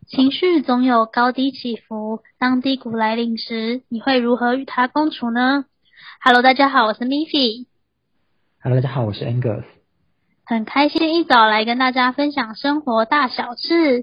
情绪总有高低起伏，当低谷来临时，你会如何与它共处呢？ Hello， 大家好，我是 Miffy。 Hello， 大家好，我是 Angus。 很开心一早来跟大家分享生活大小事。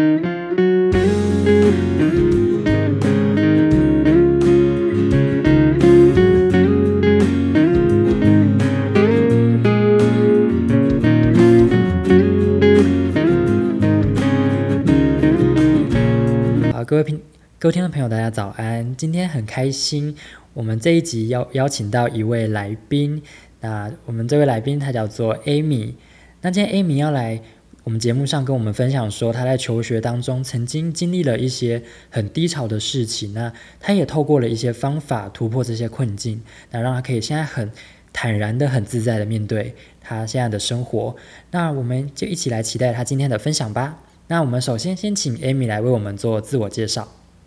各位听众朋友大家早安，今天很开心，我们这一集邀请到一位来宾，那我们这位来宾他叫做 Amy。 那今天 Amy 要来我们节目上跟我们分享说，他在求学当中曾经经历了一些很低潮的事情，那他也透过了一些方法突破这些困境，那让他可以现在很坦然的很自在的面对他现在的生活。那我们就一起来期待他今天的分享吧。那我们首先先请 Amy 来为我们做自我介绍。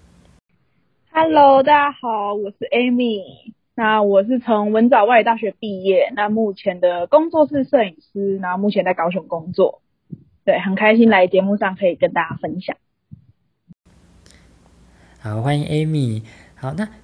Hello， 大家好，我是 Amy。那我是从文藻外语大学毕业，那目前的工作是摄影师，然后目前在高雄工作。对，很开心来节目上可以跟大家分享。 好，欢迎 Amy。好，那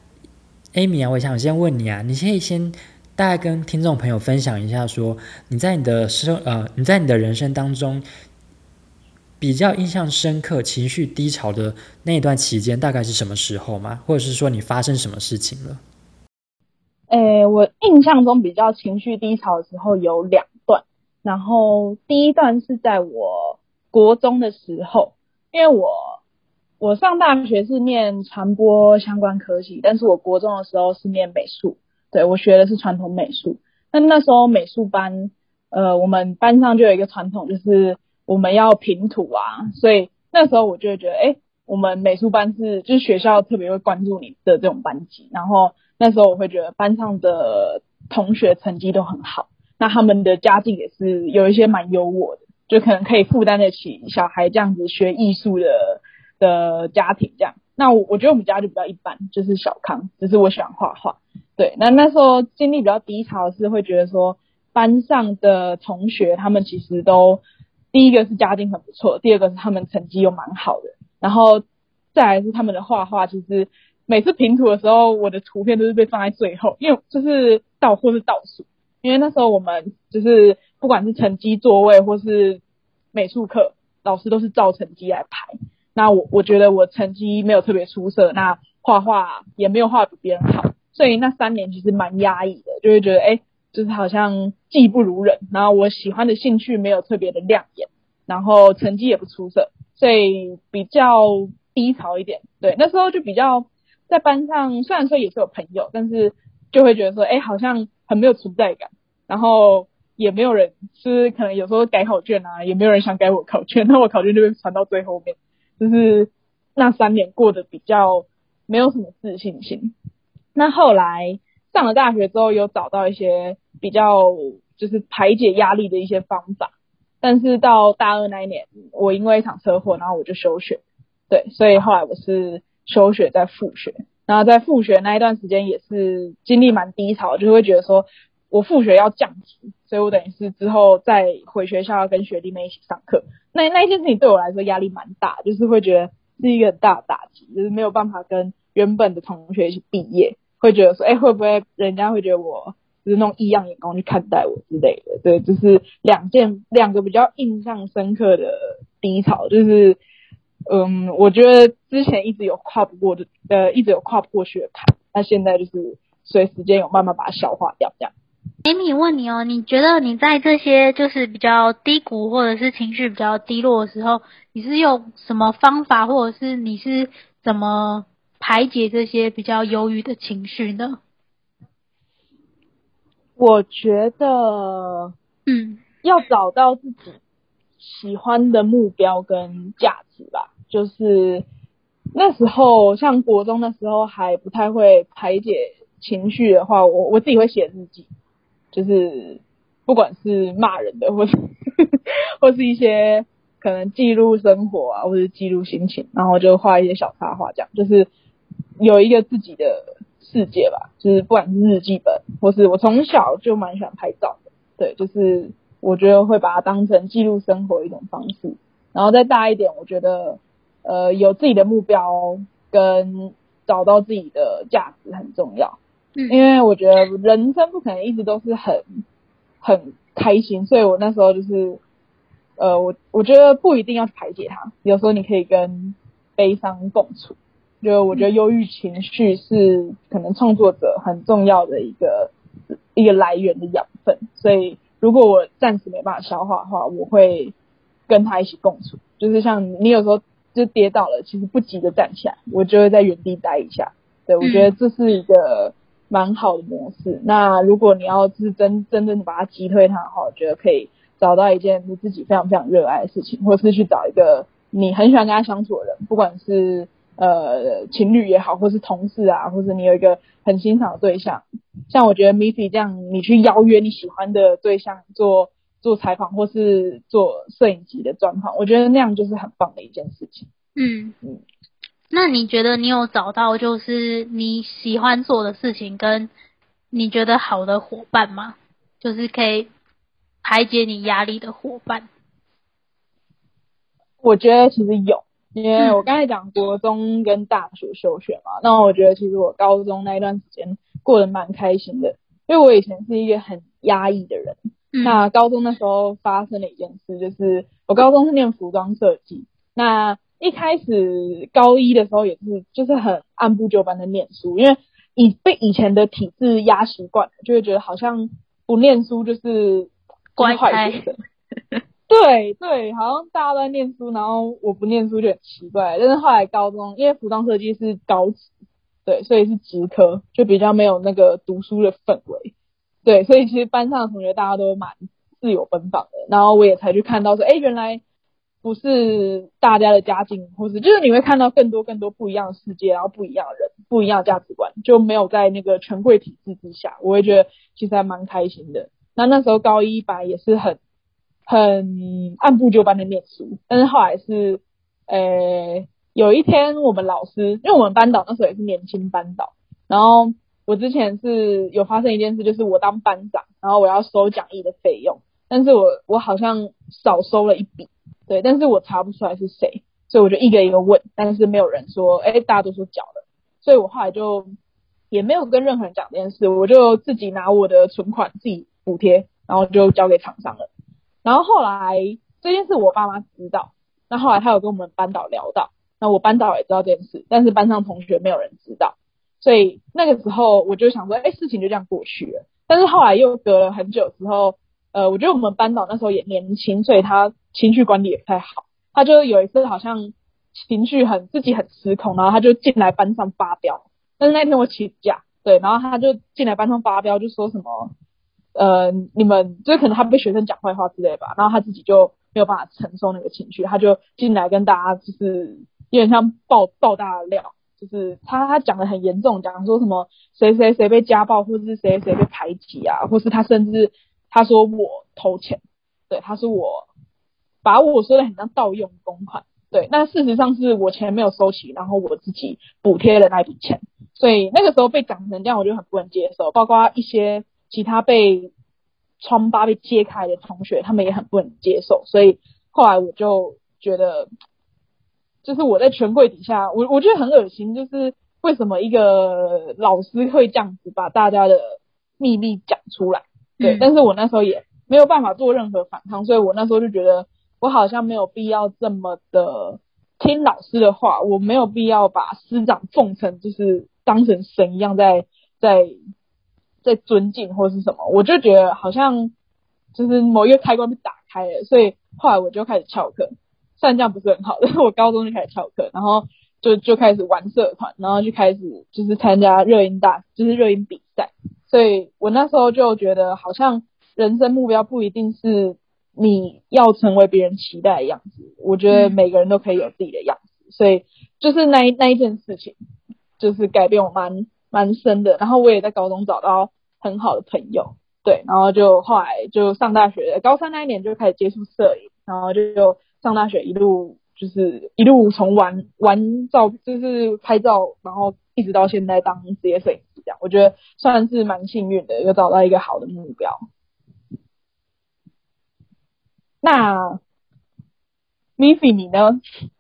Amy 啊，我想先问你啊，你可以先大概跟听众朋友分享一下说，你在你的人生当中比较印象深刻、情绪低潮的那一段期间大概是什么时候吗？或者是说你发生什么事情了？ 我印象中比较情绪低潮的时候有2段，然后第一段是在我国中的时候，因为我上大学是念传播相关科系，但是我国中的时候是念美术，对，我学的是传统美术。那时候美术班，我们班上就有一个传统，就是我们要评图啊，所以那时候我就会觉得，我们美术班就是学校特别会关注你的这种班级，然后那时候我会觉得班上的同学成绩都很好，那他们的家境也是有一些蛮优渥的，就可能可以负担得起小孩这样子学艺术的家庭这样。那我觉得我们家就比较一般，就是小康，只是我喜欢画画。对，那时候经历比较低潮的是会觉得说，班上的同学他们其实都第一个是家境很不错，第二个是他们成绩又蛮好的，然后再来是他们的画画，其实每次评图的时候，我的图片都是被放在最后，因为就是倒数，因为那时候我们就是不管是成绩座位或是美术课，老师都是照成绩来排。那我觉得我成绩没有特别出色，那画画也没有画比别人好，所以那3年其实蛮压抑的，就会觉得就是好像技不如人，然后我喜欢的兴趣没有特别的亮眼，然后成绩也不出色，所以比较低潮一点。对，那时候就比较在班上，虽然说也是有朋友，但是就会觉得说好像很没有存在感，然后也没有人，就是可能有时候改考卷啊，也没有人想改我考卷，那我考卷就会传到最后面，就是那3年过得比较没有什么自信心。那后来上了大学之后，有找到一些比较就是排解压力的一些方法，但是到大2那一年，我因为一场车祸，然后我就休学。对，所以后来我是休学再复学，然后在复学那一段时间也是经历蛮低潮，就会觉得说我复学要降级，所以我等于是之后再回学校要跟学弟妹一起上课。那一件事情对我来说压力蛮大，就是会觉得是一个很大的打击，就是没有办法跟原本的同学一起毕业，会觉得说会不会人家会觉得我就是那种异样眼光去看待我之类的。对，就是两个比较印象深刻的低潮，就是我觉得之前一直有跨不过学坎，那现在就是随时间有慢慢把它消化掉这样。 Amy 问你哦，你觉得你在这些就是比较低谷或者是情绪比较低落的时候，你是用什么方法，或者是你是怎么排解这些比较忧郁的情绪呢？ 我觉得要找到自己喜欢的目标跟价值吧，就是那时候像国中的时候还不太会排解情绪的话，我自己会写日记，就是不管是骂人的或是或是一些可能记录生活啊，或是记录心情，然后就画一些小插画，这样就是有一个自己的世界吧，就是不管是日记本，或是我从小就蛮喜欢拍照的，对，就是我觉得会把它当成记录生活的一种方式。然后再大一点，我觉得有自己的目标跟找到自己的价值很重要。因为我觉得人生不可能一直都是很开心，所以我那时候就是我觉得不一定要去排解它，有时候你可以跟悲伤共处。就我觉得忧郁情绪是可能创作者很重要的一个来源的养分，所以如果我暂时没办法消化的话，我会跟他一起共处。就是像你有时候就跌倒了，其实不急着站起来，我就会在原地待一下。对，我觉得这是一个蛮好的模式。那如果你要就是真正把它击退它的话，我觉得可以找到一件你自己非常非常热爱的事情，或是去找一个你很喜欢跟他相处的人，不管是情侣也好，或是同事啊，或者你有一个很欣赏的对象，像我觉得 Missy 这样，你去邀约你喜欢的对象做采访或是做摄影集的专访，我觉得那样就是很棒的一件事情。 那你觉得你有找到就是你喜欢做的事情跟你觉得好的伙伴吗？就是可以排解你压力的伙伴。 我觉得其实有，因为我刚才讲国中跟大学休学嘛，那我觉得其实我高中那一段时间过得蛮开心的，因为我以前是一个很压抑的人。那高中那时候发生了一件事，就是我高中是念服装设计，那一开始高一的时候也是就是很按部就班的念书，因为被以前的体制压习惯了，就会觉得好像不念书就是坏学生。对对，好像大家都在念书，然后我不念书就很奇怪。但是后来高中，因为服装设计是高职，对，所以是职科，就比较没有那个读书的氛围。对，所以其实班上的同学大家都蛮自由奔放的，然后我也才去看到说，原来不是大家的家境，或是就是你会看到更多不一样的世界，然后不一样的人，不一样的价值观，就没有在那个权贵体制之下，我会觉得其实还蛮开心的。那时候高一班也是很按部就班的念书，但是后来是有一天我们老师，因为我们班导那时候也是年轻班导，然后我之前是有发生一件事，就是我当班长，然后我要收讲义的费用，但是我好像少收了一笔，对，但是我查不出来是谁，所以我就一个一个问，但是没有人说，大家都说缴了，所以我后来就也没有跟任何人讲这件事，我就自己拿我的存款自己补贴，然后就交给厂商了。然后后来这件事我爸妈知道，那后来他有跟我们班导聊到，那我班导也知道这件事，但是班上同学没有人知道，所以那个时候我就想说，事情就这样过去了。但是后来又隔了很久之后，我觉得我们班导那时候也年轻，所以他情绪管理也不太好，他就有一次好像情绪自己很失控，然后他就进来班上发飙。但是那天我请假，对，然后他就进来班上发飙，就说什么你们就是可能他被学生讲坏话之类吧，然后他自己就没有办法承受那个情绪，他就进来跟大家就是有点像爆大的料，就是他讲的很严重，讲说什么谁谁谁被家暴，或者是谁谁被排挤啊，或是他甚至他说我偷钱，对，他说我把我说的很像盗用公款，对，那事实上是我钱没有收齐，然后我自己补贴了那笔钱，所以那个时候被讲成这样，我就很不能接受，包括一些其他被疮疤被揭开的同学，他们也很不能接受，所以后来我就觉得，就是我在权贵底下，我觉得很恶心，就是为什么一个老师会这样子把大家的秘密讲出来，对，但是我那时候也没有办法做任何反抗，所以我那时候就觉得我好像没有必要这么的听老师的话，我没有必要把师长奉成就是当成神一样在尊敬或是什么，我就觉得好像就是某一个开关被打开了，所以后来我就开始翘课，虽然这样不是很好，但是我高中就开始翘课，然后就开始玩社团，然后就开始就是参加热音比赛，所以我那时候就觉得好像人生目标不一定是你要成为别人期待的样子，我觉得每个人都可以有自己的样子，所以就是那一件事情就是改变我蛮深的，然后我也在高中找到很好的朋友，对，然后就后来就上大学，高三那一年就开始接触摄影，然后就上大学一路从玩照就是拍照，然后一直到现在当职业摄影师这样，我觉得算是蛮幸运的，有找到一个好的目标。那 Missy 你呢？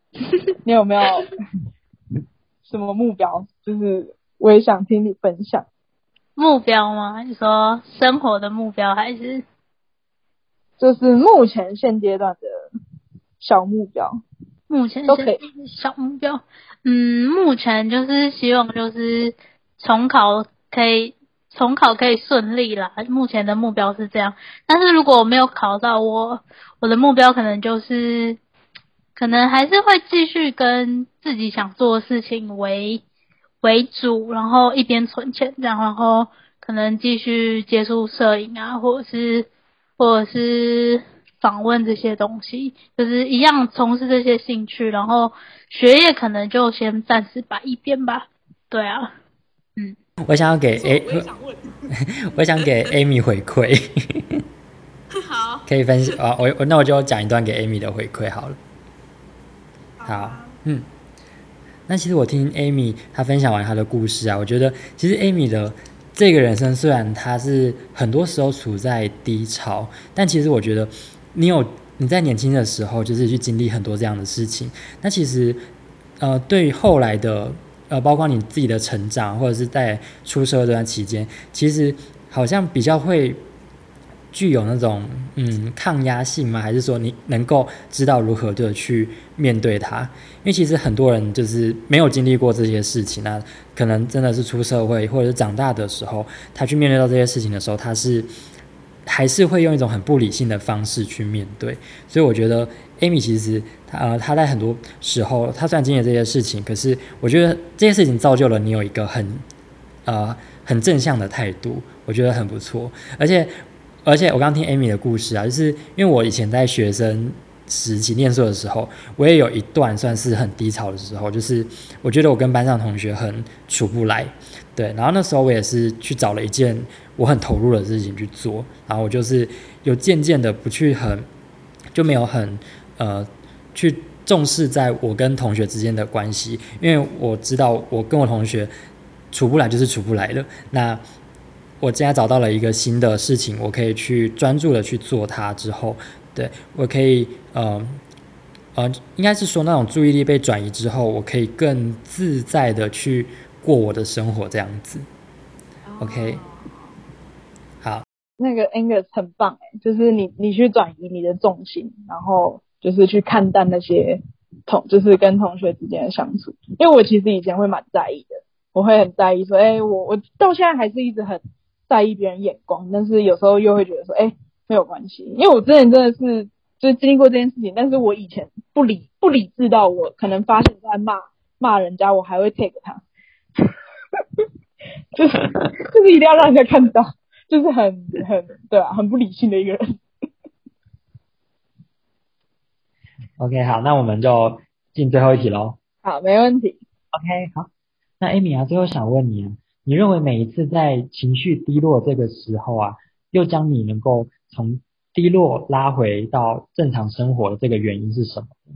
你有没有什么目标？就是我也想听你分享。 目标吗？你说生活的目标还是？ 就是目前现阶段的小目标目前都可以。 小目标，目前就是希望就是重考可以顺利啦。目前的目标是这样，但是如果我没有考到，我的目标可能就是可能还是会继续跟自己想做的事情为主，然后一边存钱这样，然后可能继续接触摄影啊，或者是访问这些东西，就是一样从事这些兴趣，然后学业可能就先暂时摆一边吧。对啊， 我想要给我想给 Amy 回馈， 好， 可以分享啊，那我就讲一段给 Amy 的回馈好了。好，那其实我听 Amy 她分享完她的故事啊，我觉得其实 Amy 的这个人生虽然她是很多时候处在低潮，但其实我觉得你在年轻的时候就是去经历很多这样的事情，那其实对于后来的包括你自己的成长，或者是在出社会这段期间，其实好像比较会具有那种抗压性吗？还是说你能够知道如何的去面对它？因为其实很多人就是没有经历过这些事情，那可能真的是出社会或者是长大的时候，他去面对到这些事情的时候，还是会用一种很不理性的方式去面对。所以我觉得 Amy 其实她在很多时候，她虽然经历了这些事情，可是我觉得这些事情造就了你有一个很正向的态度，我觉得很不错。而且我刚听 Amy 的故事啊，就是因为我以前在学生时期念书的时候，我也有一段算是很低潮的时候，就是我觉得我跟班上同学很处不来，对，然后那时候我也是去找了一件我很投入的事情去做，然后我就是有渐渐的就没有很去重视在我跟同学之间的关系，因为我知道我跟我同学处不来就是处不来了，那我现在找到了一个新的事情，我可以去专注的去做它之后，对，我可以应该是说那种注意力被转移之后，我可以更自在的去过我的生活这样子。OK， 好， 那个 Angus 很棒就是你去转移你的重心，然后就是去看淡那些就是跟同学之间的相处。因为我其实以前会蛮在意的，我会很在意说，我到现在还是一直很在意别人眼光，但是有时候又会觉得说，没有关系，因为我之前真的是就是经历过这件事情，但是我以前不理智到我可能发现在骂人家，我还会 take 他，就是一定要让人家看到，就是很对啊，很不理性的一个人。 OK， 好，那我们就进最后一题咯。 好，没问题。 OK， 好，那 Amy 啊，最后想问你啊，你认为每一次在情绪低落这个时候啊，又将你能够从低落拉回到正常生活的这个原因是什么呢？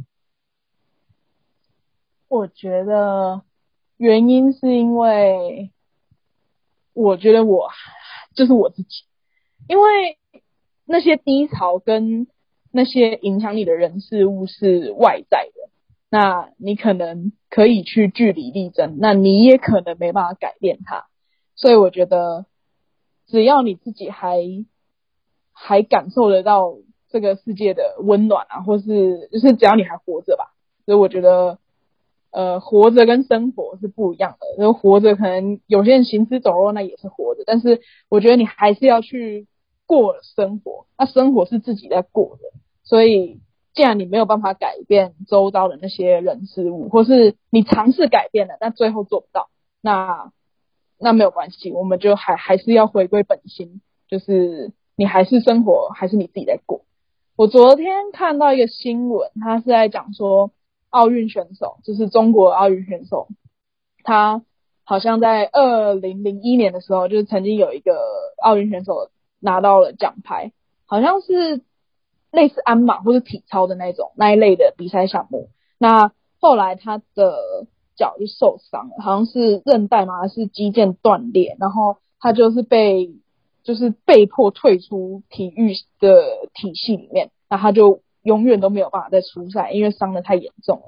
我觉得原因是因为我觉得我就是我自己，因为那些低潮跟那些影响你的人事物是外在的，那你可能可以去据理力争，那你也可能没办法改变它。所以我觉得只要你自己还感受得到这个世界的温暖啊，或是就是只要你还活着吧，所以我觉得活着跟生活是不一样的。然后活着可能有些人行尸走肉，那也是活着，但是我觉得你还是要去过生活，那生活是自己在过的。所以既然你没有办法改变周遭的那些人事物，或是你尝试改变了但最后做不到，那没有关系，我们就还是要回归本心，就是你还是生活，还是你自己在过。我昨天看到一个新闻，他是在讲说奥运选手，就是中国奥运选手，他好像在2001年的时候，就是曾经有一个奥运选手拿到了奖牌，好像是类似鞍马或是体操的那一类的比赛项目。那后来他的脚就受伤了，好像是韧带嘛，还是肌腱断裂，然后他就是被迫退出体育的体系里面，那他就永远都没有办法再出赛，因为伤得太严重了。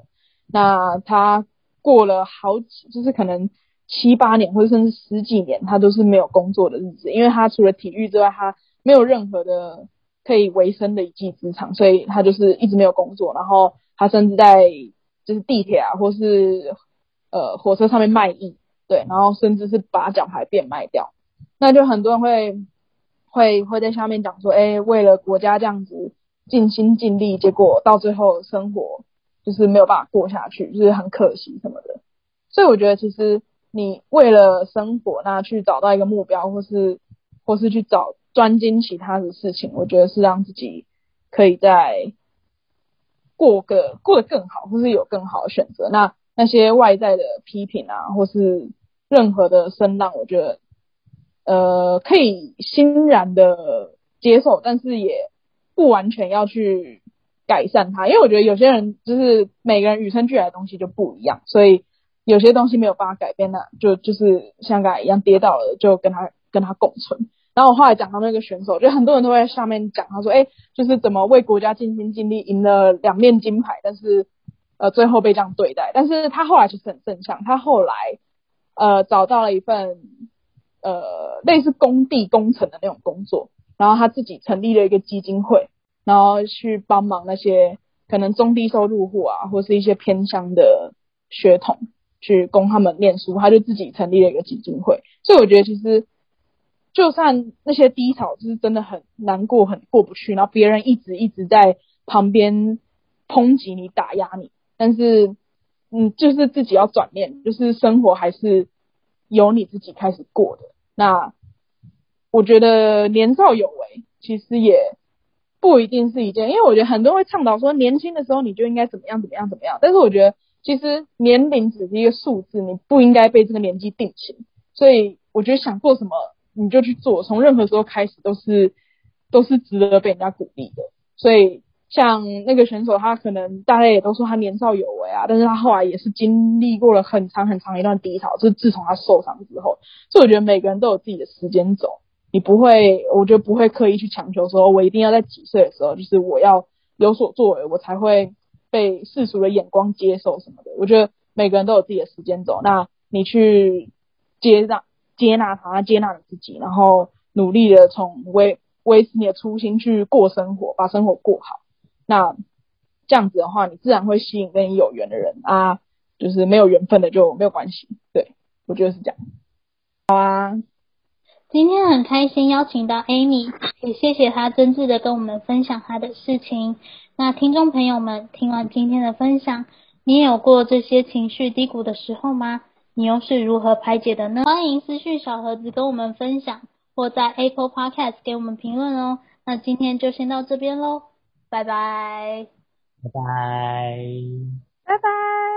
那他过了就是可能7-8年或者甚至10几年，他都是没有工作的日子，因为他除了体育之外，他没有任何的可以维生的一技之长，所以他就是一直没有工作，然后他甚至在就是地铁啊或是火车上面卖艺，对，然后甚至是把奖牌变卖掉。那就很多人会在下面讲说，为了国家这样子尽心尽力，结果到最后生活就是没有办法过下去，就是很可惜什么的。所以我觉得其实你为了生活，那去找到一个目标，或是去专精其他的事情，我觉得是让自己可以再过得更好，或是有更好的选择。那些外在的批评啊，或是任何的声浪，我觉得可以欣然的接受，但是也不完全要去改善它，因为我觉得有些人就是每个人与生俱来的东西就不一样，所以有些东西没有办法改变，那就是像刚才一样跌倒了就跟他共存。然后我后来讲到那个选手，就很多人都会在下面讲，他说就是怎么为国家尽心尽力赢了2面金牌，但是最后被这样对待。但是他后来其实很正向，他后来找到了一份类似工地工程的那种工作，然后他自己成立了一个基金会，然后去帮忙那些可能中低收入户啊，或是一些偏乡的学童去供他们念书，他就自己成立了一个基金会。所以我觉得其实就算那些低潮就是真的很难过很过不去，然后别人一直在旁边抨击你打压你，但是就是自己要转念，就是生活还是由你自己开始过的。那我觉得年少有为其实也不一定是一件，因为我觉得很多人会倡导说年轻的时候你就应该怎么样，但是我觉得其实年龄只是一个数字，你不应该被这个年纪定型。所以我觉得想做什么你就去做，从任何时候开始都是值得被人家鼓励的。所以像那个选手，他可能大家也都说他年少有为啊，但是他后来也是经历过了很长很长一段低潮，就是自从他受伤之后。所以我觉得每个人都有自己的时间走，我觉得不会刻意去强求说我一定要在几岁的时候就是我要有所作为，我才会被世俗的眼光接受什么的。我觉得每个人都有自己的时间走，那你去接纳他，接纳你自己，然后努力的从维持你的初心去过生活，把生活过好。那这样子的话，你自然会吸引跟你有缘的人啊，就是没有缘分的就没有关系。对，我觉得是这样。好啊， 今天很开心邀请到 Amy， 也谢谢她真挚的跟我们分享她的事情。那听众朋友们，听完今天的分享，你也有过这些情绪低谷的时候吗？你又是如何排解的呢？欢迎私讯小盒子跟我们分享，或在 Apple Podcast 给我们评论哦。那今天就先到这边咯，拜拜。 拜拜。 拜拜。